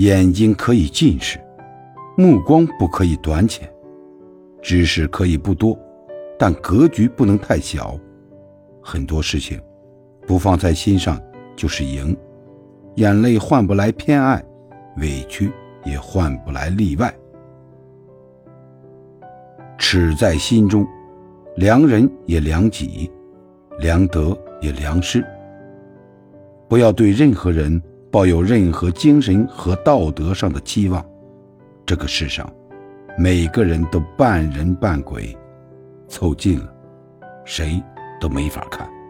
眼睛可以近视，目光不可以短浅，知识可以不多，但格局不能太小。很多事情不放在心上就是赢，眼泪换不来偏爱，委屈也换不来例外。耻在心中，量人也量己，量得也量失。不要对任何人抱有任何精神和道德上的期望，这个世上每个人都半人半鬼，凑近了谁都没法看。